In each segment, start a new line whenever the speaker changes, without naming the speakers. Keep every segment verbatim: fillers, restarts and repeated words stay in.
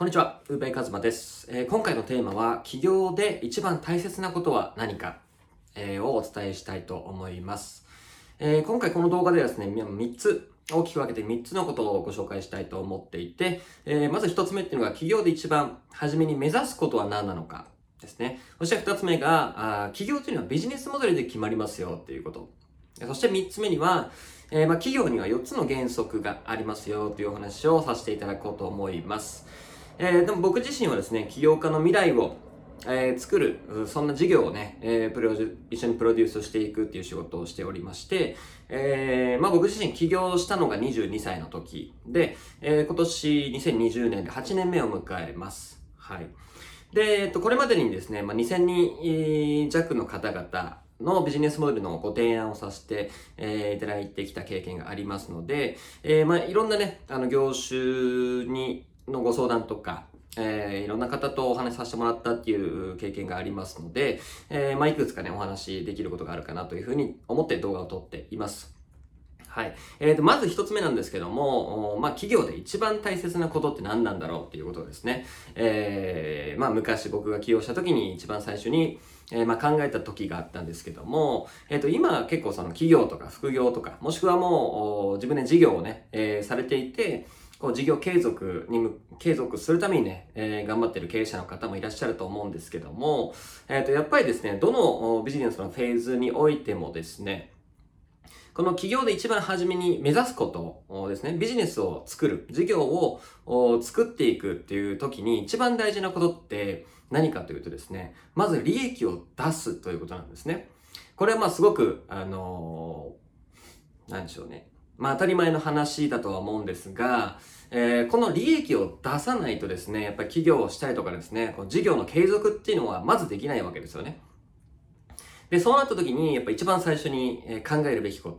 こんにちは、宇部和馬です、えー。今回のテーマは、起業で一番大切なことは何か、えー、をお伝えしたいと思います、えー。今回この動画ではですね、みっつ、大きく分けてみっつのことをご紹介したいと思っていて、えー、まずひとつめっていうのが、起業で一番初めに目指すことは何なのかですね。そしてふたつめが、あ起業というのはビジネスモデルで決まりますよっていうこと。そしてみっつめには、えー、まあ企業にはよっつの原則がありますよというお話をさせていただこうと思います。えー、でも僕自身はですね、起業家の未来を、えー、作る、そんな事業をね、えー、プロ一緒にプロデュースしていくっていう仕事をしておりまして、えー、まあ僕自身起業したのがにじゅうにさいの時で、えー、今年にせんにじゅうねんではちねんめを迎えます。はい。で、えっと、これまでにですね、まあ、にせんにん弱の方々のビジネスモデルのご提案をさせて、えー、いただいてきた経験がありますので、えー、まあ、いろんなね、あの、業種に、のご相談とか、えー、いろんな方とお話しさせてもらったっていう経験がありますので、えー、まあ、いくつかね、お話できることがあるかなというふうに思って動画を撮っています。はい。えーと、まず一つ目なんですけども、まあ、企業で一番大切なことって何なんだろうっていうことですね。えー、まあ、昔僕が起業した時に一番最初に、えー、まあ、考えた時があったんですけども、えーと、今結構その企業とか副業とか、もしくはもう自分で事業をね、えー、されていて、こう事業継続に、継続するためにね、えー、頑張ってる経営者の方もいらっしゃると思うんですけども、えーと、やっぱりですね、どのビジネスのフェーズにおいてもですね、この企業で一番初めに目指すことですね、ビジネスを作る、事業を作っていくっていう時に一番大事なことって何かというとですね、まず利益を出すということなんですね。これはまあすごく、あのー、なんでしょうね。まあ当たり前の話だとは思うんですが、えー、この利益を出さないとですね、やっぱり企業をしたりとかですね、この事業の継続っていうのはまずできないわけですよね。で、そうなった時に、やっぱ一番最初に考えるべきこと、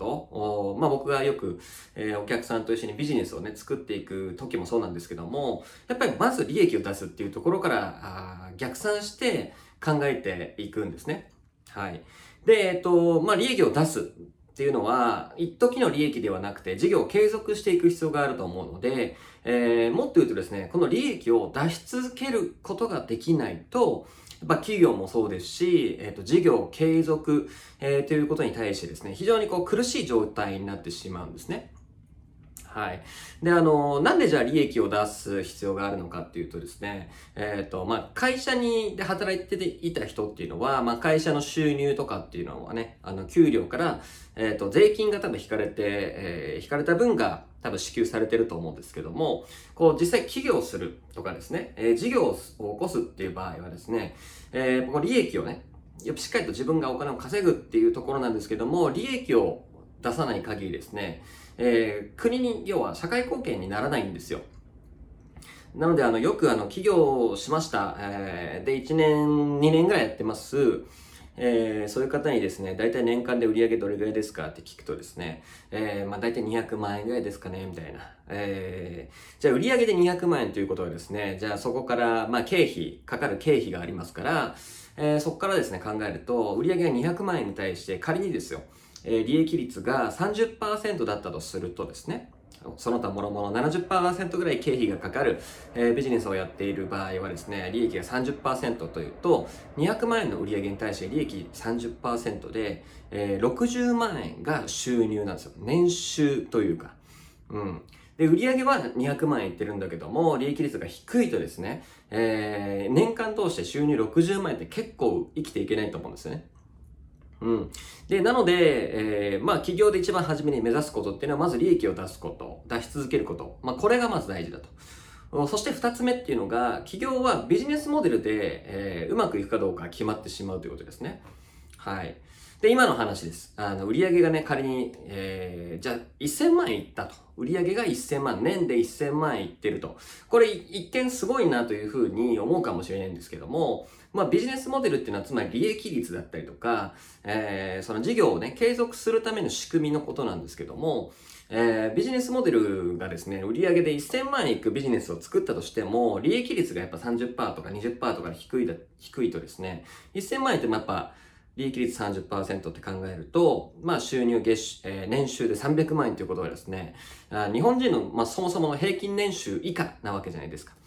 まあ僕がよく、えー、お客さんと一緒にビジネスをね、作っていく時もそうなんですけども、やっぱりまず利益を出すっていうところからあ逆算して考えていくんですね。はい。で、えっと、まあ利益を出すっていうのは、一時の利益ではなくて、事業を継続していく必要があると思うので、えー、もっと言うとですね、この利益を出し続けることができないと、やっぱ企業もそうですし、えっと、事業継続、えー、ということに対してですね、非常にこう苦しい状態になってしまうんですね。はい。で、あの、なんでじゃあ利益を出す必要があるのかっていうとですね、えっと、まあ、会社にで働いていた人っていうのは、まあ、会社の収入とかっていうのはね、あの、給料から、えっと、税金が多分引かれて、えー、引かれた分が多分支給されてると思うんですけども、こう、実際起業するとかですね、えー、事業を起こすっていう場合はですね、えー、この利益をね、やっぱしっかりと自分がお金を稼ぐっていうところなんですけども、利益を出さない限りですね、えー、国に要は社会貢献にならないんですよ。なので、あの、よくあの、起業しました。えー、で、いちねん、にねんぐらいやってます。えー、そういう方にですね、だいたい年間で売り上げどれぐらいですかって聞くとですね、えー、まあ、だいたいにひゃくまんえんぐらいですかね、みたいな。えー、じゃあ売り上げでにひゃくまんえんということはですね、じゃあそこから、まあ、経費、かかる経費がありますから、えー、そこからですね、考えると、売り上げがにひゃくまんえんに対して仮にですよ、えー、利益率が さんじゅっパーセント だったとするとですね、その他諸々 ななじゅっパーセント ぐらい経費がかかる、えー、ビジネスをやっている場合はですね、利益が さんじゅっパーセント というと、にひゃくまんえんの売上に対して利益 さんじゅっパーセント で、えー、ろくじゅうまんえんが収入なんですよ。年収というか。うん。で、売上はにひゃくまんえんいってるんだけども、利益率が低いとですね、えー、年間通して収入ろくじゅうまんえんって結構生きていけないと思うんですよね。うん。で、なので、えー、まあ、企業で一番初めに目指すことっていうのは、まず利益を出すこと、出し続けること。まあ、これがまず大事だと。そして二つ目っていうのが、企業はビジネスモデルで、えー、うまくいくかどうか決まってしまうということですね。はい。で、今の話です。あの、売上がね、仮に、えー、じゃあ、せんまん円いったと。売上がせんまん、年でせんまん円いってると。これ、一見すごいなというふうに思うかもしれないんですけども、まあ、ビジネスモデルっていうのは、つまり利益率だったりとか、えー、その事業をね、継続するための仕組みのことなんですけども、えー、ビジネスモデルがですね、売上でせんまん円いくビジネスを作ったとしても、利益率がやっぱ さんじゅっパーセント とか にじゅっパーセント とか低いだ、低いとですね、せんまん円ってやっぱ、利益率 さんじゅっパーセント って考えると、まあ収入月、えー、年収でさんびゃくまん円ということはですね、あ日本人の、まあそもそもの平均年収以下なわけじゃないですか。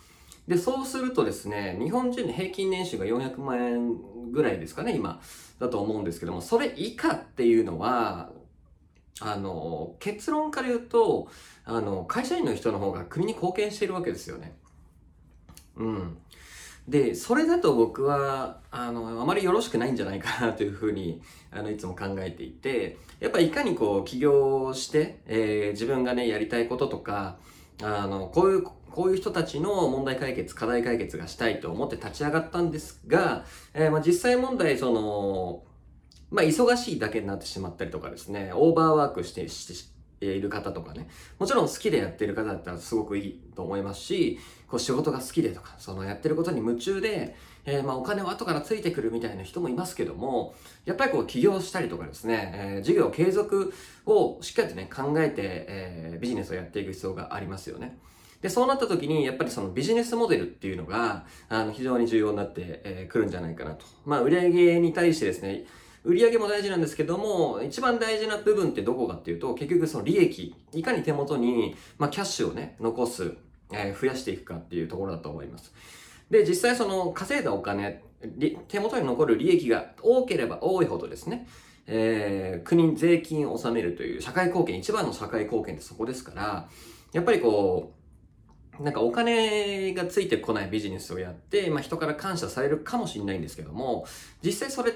で、そうするとですね、日本人の平均年収がよんひゃくまんえんぐらいですかね、今、だと思うんですけども、それ以下っていうのは、あの、結論から言うと、あの、会社員の人の方が国に貢献しているわけですよね。うん。で、それだと僕は、あの、あまりよろしくないんじゃないかなというふうに、あの、いつも考えていて、やっぱりいかにこう、起業して、えー自分がね、やりたいこととか、あの、こういう、こういう人たちの問題解決、課題解決がしたいと思って立ち上がったんですが、えーまあ実際問題、その、まあ、忙しいだけになってしまったりとかですね、オーバーワークして、している方とかね、もちろん好きでやってる方だったらすごくいいと思いますし、こう仕事が好きでとか、そのやってることに夢中で、えー、まあお金は後からついてくるみたいな人もいますけども、やっぱりこう起業したりとかですね、えー、事業継続をしっかりとね、考えて、えー、ビジネスをやっていく必要がありますよね。で、そうなった時に、やっぱりそのビジネスモデルっていうのが、あの、非常に重要になって、えー、くるんじゃないかなと。まあ、売上に対してですね、売上も大事なんですけども、一番大事な部分ってどこかっていうと、結局その利益、いかに手元に、まあ、キャッシュをね、残す、えー増やしていくかっていうところだと思います。で、実際その稼いだお金、手元に残る利益が多ければ多いほどですね、えー国に税金を納めるという社会貢献、一番の社会貢献ってそこですから、やっぱりこう、なんかお金がついてこないビジネスをやって、まあ、人から感謝されるかもしれないんですけども、実際それって、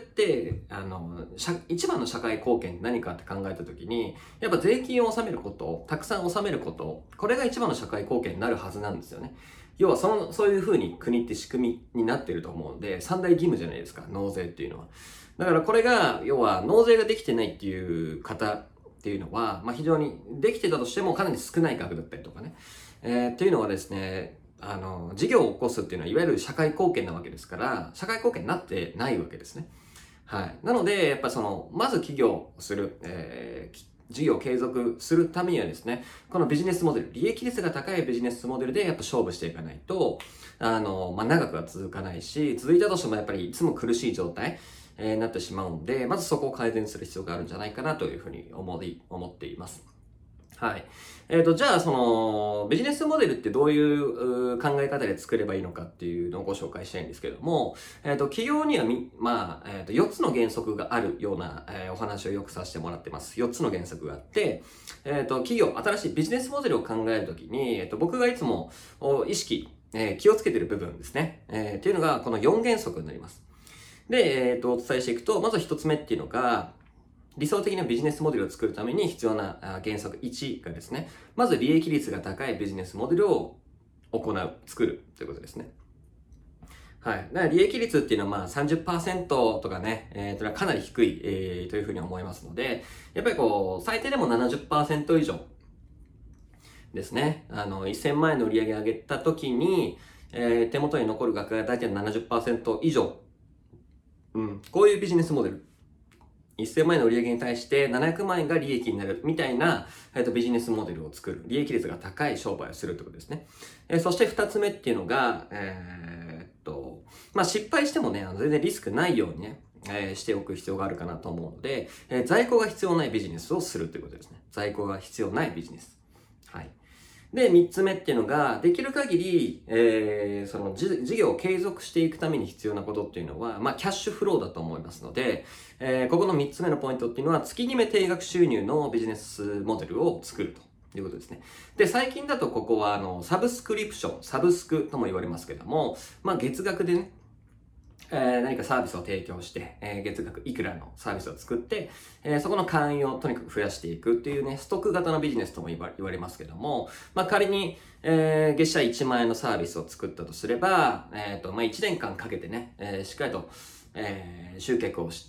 あの、一番の社会貢献って何かって考えたときに、やっぱ税金を納めること、たくさん納めること、これが一番の社会貢献になるはずなんですよね。要はその、そういう風に国って仕組みになってると思うんで、三大義務じゃないですか、納税っていうのは。だからこれが、要は納税ができてないっていう方っていうのは、まあ、非常にできてたとしてもかなり少ない額だったりとかね。えーっていうのはですね、あの、事業を起こすっていうのは、いわゆる社会貢献なわけですから、社会貢献になってないわけですね。はい。なので、やっぱその、まず起業をする、えー事業を継続するためにはですね、このビジネスモデル、利益率が高いビジネスモデルでやっぱ勝負していかないと、あの、まあ、長くは続かないし、続いたとしてもやっぱりいつも苦しい状態、えーになってしまうんで、まずそこを改善する必要があるんじゃないかなというふうに思い、思っています。はい。えっと、じゃあ、その、ビジネスモデルってどういうう考え方で作ればいいのかっていうのをご紹介したいんですけども、えっと、企業にはみ、まあ、えっと、よっつの原則があるような、えーお話をよくさせてもらってます。よっつの原則があって、えっと、企業、新しいビジネスモデルを考えるときに、えっと、僕がいつもお意識、えー気をつけてる部分ですね。えーっていうのが、このよん原則になります。で、えっと、お伝えしていくと、まずひとつめっていうのが、理想的なビジネスモデルを作るために必要なあ原則いちがですね、まず利益率が高いビジネスモデルを行う、作るということですね。はい。だから利益率っていうのはまあさんじゅっパーセントとかね、えー、というのはかなり低い、えーというふうに思いますので、やっぱりこう、最低でもななじゅっパーセント以上ですね。あの、せんまん円の売り上げ上げた時に、えー手元に残る額が大体ななじゅっパーセント以上。うん。こういうビジネスモデル。せんまん円の売り上げに対してななひゃくまん円が利益になるみたいな、えっと、ビジネスモデルを作る。利益率が高い商売をするってことですね。えーそして二つ目っていうのが、えーっと、まあ、失敗してもね、あの全然リスクないようにね、えーしておく必要があるかなと思うので、えー在庫が必要ないビジネスをするということですね。在庫が必要ないビジネス。はい。で、三つ目っていうのが、できる限り、えー、その事事業を継続していくために必要なことっていうのは、まあ、キャッシュフローだと思いますので、えー、ここの三つ目のポイントっていうのは、月決め定額収入のビジネスモデルを作るということですね。で、最近だとここは、あの、サブスクリプション、サブスクとも言われますけども、まあ、月額でね、えー何かサービスを提供して、えー月額いくらのサービスを作って、えーそこの会員をとにかく増やしていくっていうね、ストック型のビジネスとも言わ言われますけども、まあ仮に、えー月謝いちまん円のサービスを作ったとすれば、えっ、と、まあいちねんかんかけてね、えーしっかりと、えー集客をして、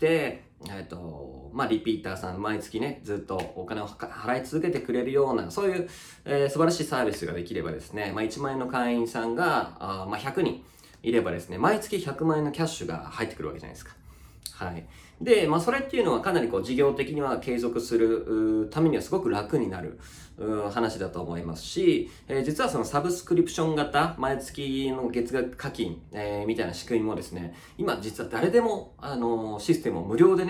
えっ、と、まあリピーターさん毎月ね、ずっとお金を払い続けてくれるような、そういう、えー素晴らしいサービスができればですね、まあいちまん円の会員さんが、あーまあひゃくにん、いればですね、毎月ひゃくまん円のキャッシュが入ってくるわけじゃないですか。はい。で、まあ、それっていうのはかなりこう、事業的には継続するためにはすごく楽になる話だと思いますし、えー実はそのサブスクリプション型、毎月の月額課金、えーみたいな仕組みもですね、今実は誰でも、あのーシステムを無料でね、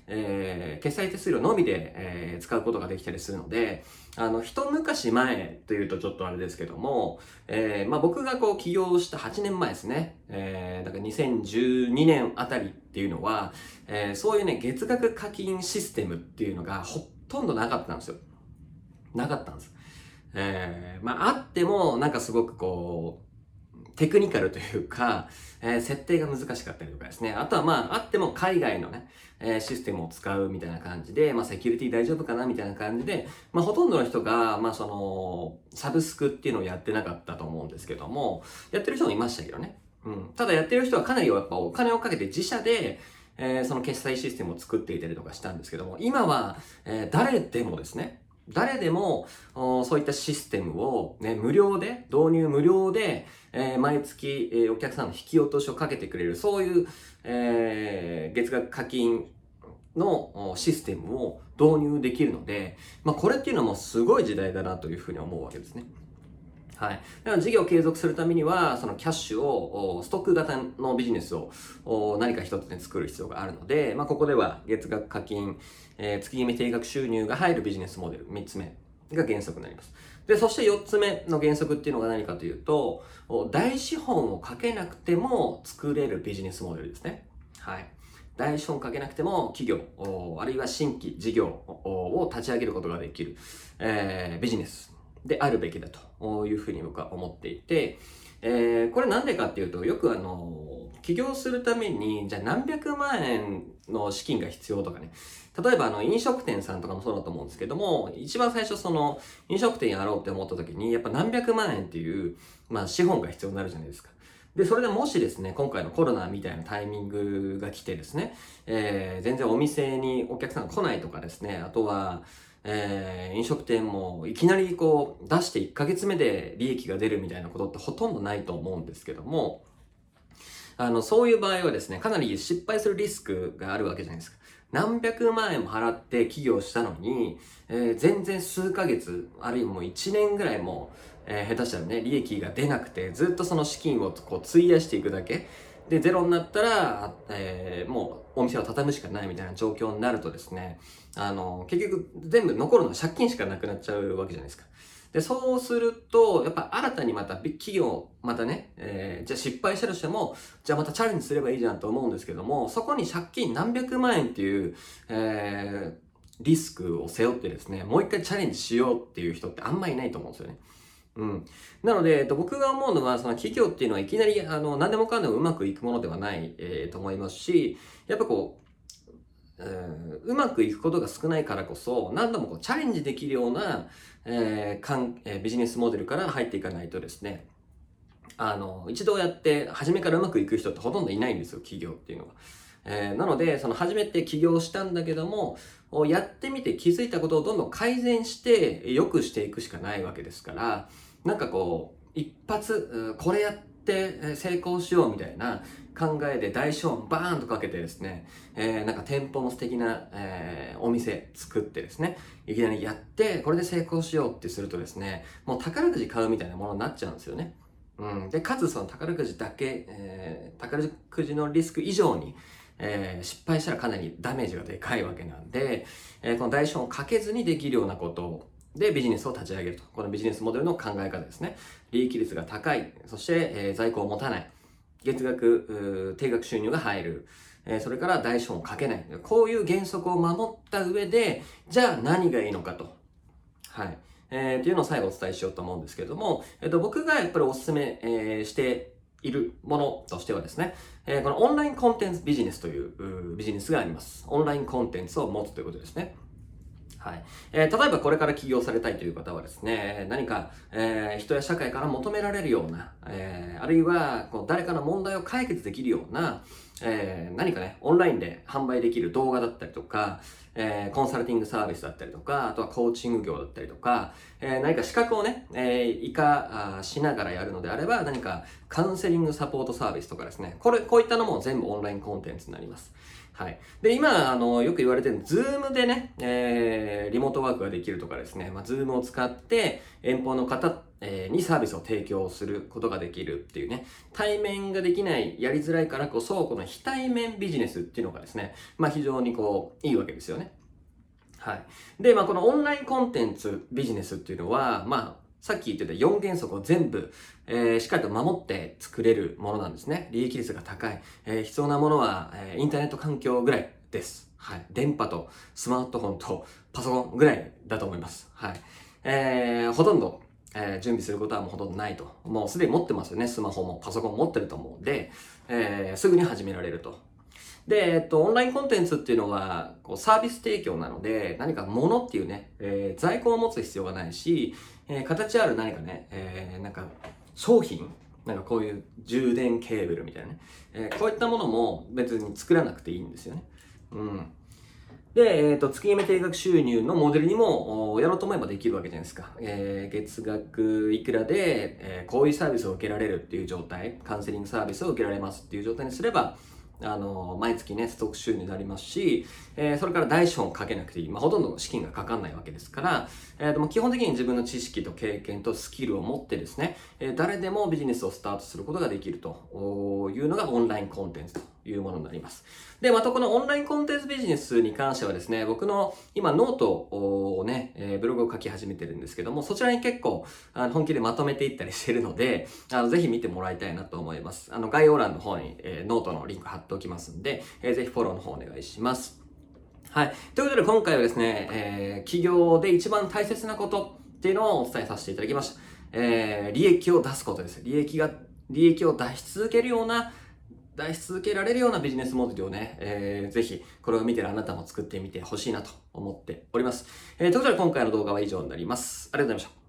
えー、決済手数料のみで、えー、使うことができたりするので、あの、一昔前というとちょっとあれですけども、えー、まあ僕がこう起業したはちねんまえですね。えー、だからにせんじゅうにねんあたりっていうのは、えー、そういうね、月額課金システムっていうのがほとんどなかったんですよ。なかったんです。えー、まああっても、なんかすごくこう、テクニカルというか、えー、設定が難しかったりとかですね。あとはまあ、あっても海外のね、えー、システムを使うみたいな感じで、まあ、セキュリティ大丈夫かなみたいな感じで、まあ、ほとんどの人が、まあ、その、サブスクっていうのをやってなかったと思うんですけども、やってる人もいましたけどね。うん。ただやってる人はかなりやっぱお金をかけて自社で、えー、その決済システムを作っていたりとかしたんですけども、今は、えー、誰でもですね、誰でも、そういったシステムをね、無料で、導入無料で、えー、毎月、えー、お客さんの引き落としをかけてくれる、そういう、えー、月額課金のシステムを導入できるので、まあこれっていうのはもうすごい時代だなというふうに思うわけですね。はい。だから事業を継続するためには、そのキャッシュを、ストック型のビジネスを何か一つで作る必要があるので、まあここでは月額課金、えー、月決め定額収入が入るビジネスモデル、三つ目が原則になります。で、そして四つ目の原則っていうのが何かというと、大資本をかけなくても作れるビジネスモデルですね。はい。大資本かけなくても企業、あるいは新規事業を立ち上げることができる、えー、ビジネスであるべきだというふうに僕は思っていて、えー、これなんでかっていうと、よくあの、起業するために、じゃあ何百万円の資金が必要とかね。例えばあの、飲食店さんとかもそうだと思うんですけども、一番最初その、飲食店やろうって思った時に、やっぱ何百万円っていう、まあ資本が必要になるじゃないですか。で、それでもしですね、今回のコロナみたいなタイミングが来てですね、えー、全然お店にお客さんが来ないとかですね、あとは、えー、飲食店もいきなりこう出していっかげつめで利益が出るみたいなことってほとんどないと思うんですけども、あの、そういう場合はですね、かなり失敗するリスクがあるわけじゃないですか。何百万円も払って起業したのに、えー、全然数ヶ月、あるいはもういちねんぐらいも、えー、下手したらね、利益が出なくて、ずっとその資金をこう費やしていくだけ。で、ゼロになったら、えー、もうお店を畳むしかないみたいな状況になるとですね、あの、結局全部残るのは借金しかなくなっちゃうわけじゃないですか。で、そうすると、やっぱ新たにまた企業、またね、えー、じゃあ失敗したとしても、じゃあまたチャレンジすればいいじゃんと思うんですけども、そこに借金何百万円っていう、えー、リスクを背負ってですね、もう一回チャレンジしようっていう人ってあんまいないと思うんですよね。うん。なので、えっと、僕が思うのは、その企業っていうのはいきなり、あの、何でもかんでもうまくいくものではない、えー、と思いますし、やっぱこう、ううまくいくことが少ないからこそ、何度もこうチャレンジできるような、えーかんえー、ビジネスモデルから入っていかないとですね、あの、一度やって、初めからうまくいく人ってほとんどいないんですよ、企業っていうのは。えーなので、その初めて起業したんだけども、やってみて気づいたことをどんどん改善して、良くしていくしかないわけですから、なんかこう、一発、これやって成功しようみたいな考えで大資本バーンとかけてですね、えー、なんか店舗の素敵な、えー、お店作ってですね、いきなりやって、これで成功しようってするとですね、もう宝くじ買うみたいなものになっちゃうんですよね。うん。で、かつその宝くじだけ、えー、宝くじのリスク以上に、えー、失敗したらかなりダメージがでかいわけなんで、えー、この大資本をかけずにできるようなことでビジネスを立ち上げると。このビジネスモデルの考え方ですね。利益率が高い。そして、えー、在庫を持たない。月額、定額収入が入る。えー、それから大資本をかけない。こういう原則を守った上で、じゃあ何がいいのかと。はい。えー、っていうのを最後お伝えしようと思うんですけれども、えっと、僕がやっぱりお勧め、えー、しているものとしてはですね、えー、このオンラインコンテンツビジネスというビジネスがあります。オンラインコンテンツを持つということですね。はい。えー、例えばこれから起業されたいという方はですね、何か、えー、人や社会から求められるような、えー、あるいはこう誰かの問題を解決できるような、えー、何かね、オンラインで販売できる動画だったりとか、えー、コンサルティングサービスだったりとか、あとはコーチング業だったりとか、えー、何か資格をね、えー、以下しながらやるのであれば、何かカウンセリングサポートサービスとかですね、これ、こういったのも全部オンラインコンテンツになります。はい。で、今、あの、よく言われてる、ズームでね、えー、リモートワークができるとかですね、まあ、ズームを使って、遠方の方、 えーにサービスを提供することができるっていうね、対面ができない、やりづらいからこそ、この非対面ビジネスっていうのがですね、まあ非常にこう、いいわけですよね。はい。で、まあこのオンラインコンテンツビジネスっていうのは、まあ、さっき言ってたよん原則を全部、えー、しっかりと守って作れるものなんですね。利益率が高い。えー、必要なものは、えー、インターネット環境ぐらいです。はい。電波とスマートフォンとパソコンぐらいだと思います。はい。えー、ほとんど、えー、準備することはもうほとんどないと。もうすでに持ってますよね。スマホもパソコンも持ってると思うんで、えー、すぐに始められると。で、えっと、オンラインコンテンツっていうのは、こう、サービス提供なので、何か物っていうね、えー、在庫を持つ必要がないし、えー、形ある何かね、えー、なんか、商品なんかこういう充電ケーブルみたいなね、えー、こういったものも別に作らなくていいんですよね。うん。で、えっと、月決め定額収入のモデルにも、やろうと思えばできるわけじゃないですか。えー、月額いくらで、えー、こういうサービスを受けられるっていう状態、カウンセリングサービスを受けられますっていう状態にすれば、あの、毎月ね、ストック収入になりますし、えー、それから代資本をかけなくていい。まあ、ほとんど資金がかかんないわけですから、えー、でも基本的に自分の知識と経験とスキルを持ってですね、えー、誰でもビジネスをスタートすることができるというのがオンラインコンテンツというものになります。で、またこのオンラインコンテンツビジネスに関してはですね、僕の今ノートをね、えー、ブログを書き始めてるんですけども、そちらに結構あの本気でまとめていったりしてるので、あのぜひ見てもらいたいなと思います。あの概要欄の方に、えー、ノートのリンク貼っておきますんで、えー、ぜひフォローの方お願いします。はい。ということで今回はですね、えー、企業で一番大切なことっていうのをお伝えさせていただきました。えー、利益を出すことです。利益が、利益を出し続けるような出し続けられるようなビジネスモデルをね、えー、ぜひ、これを見てるあなたも作ってみてほしいなと思っております。えー、ということで今回の動画は以上になります。ありがとうございました。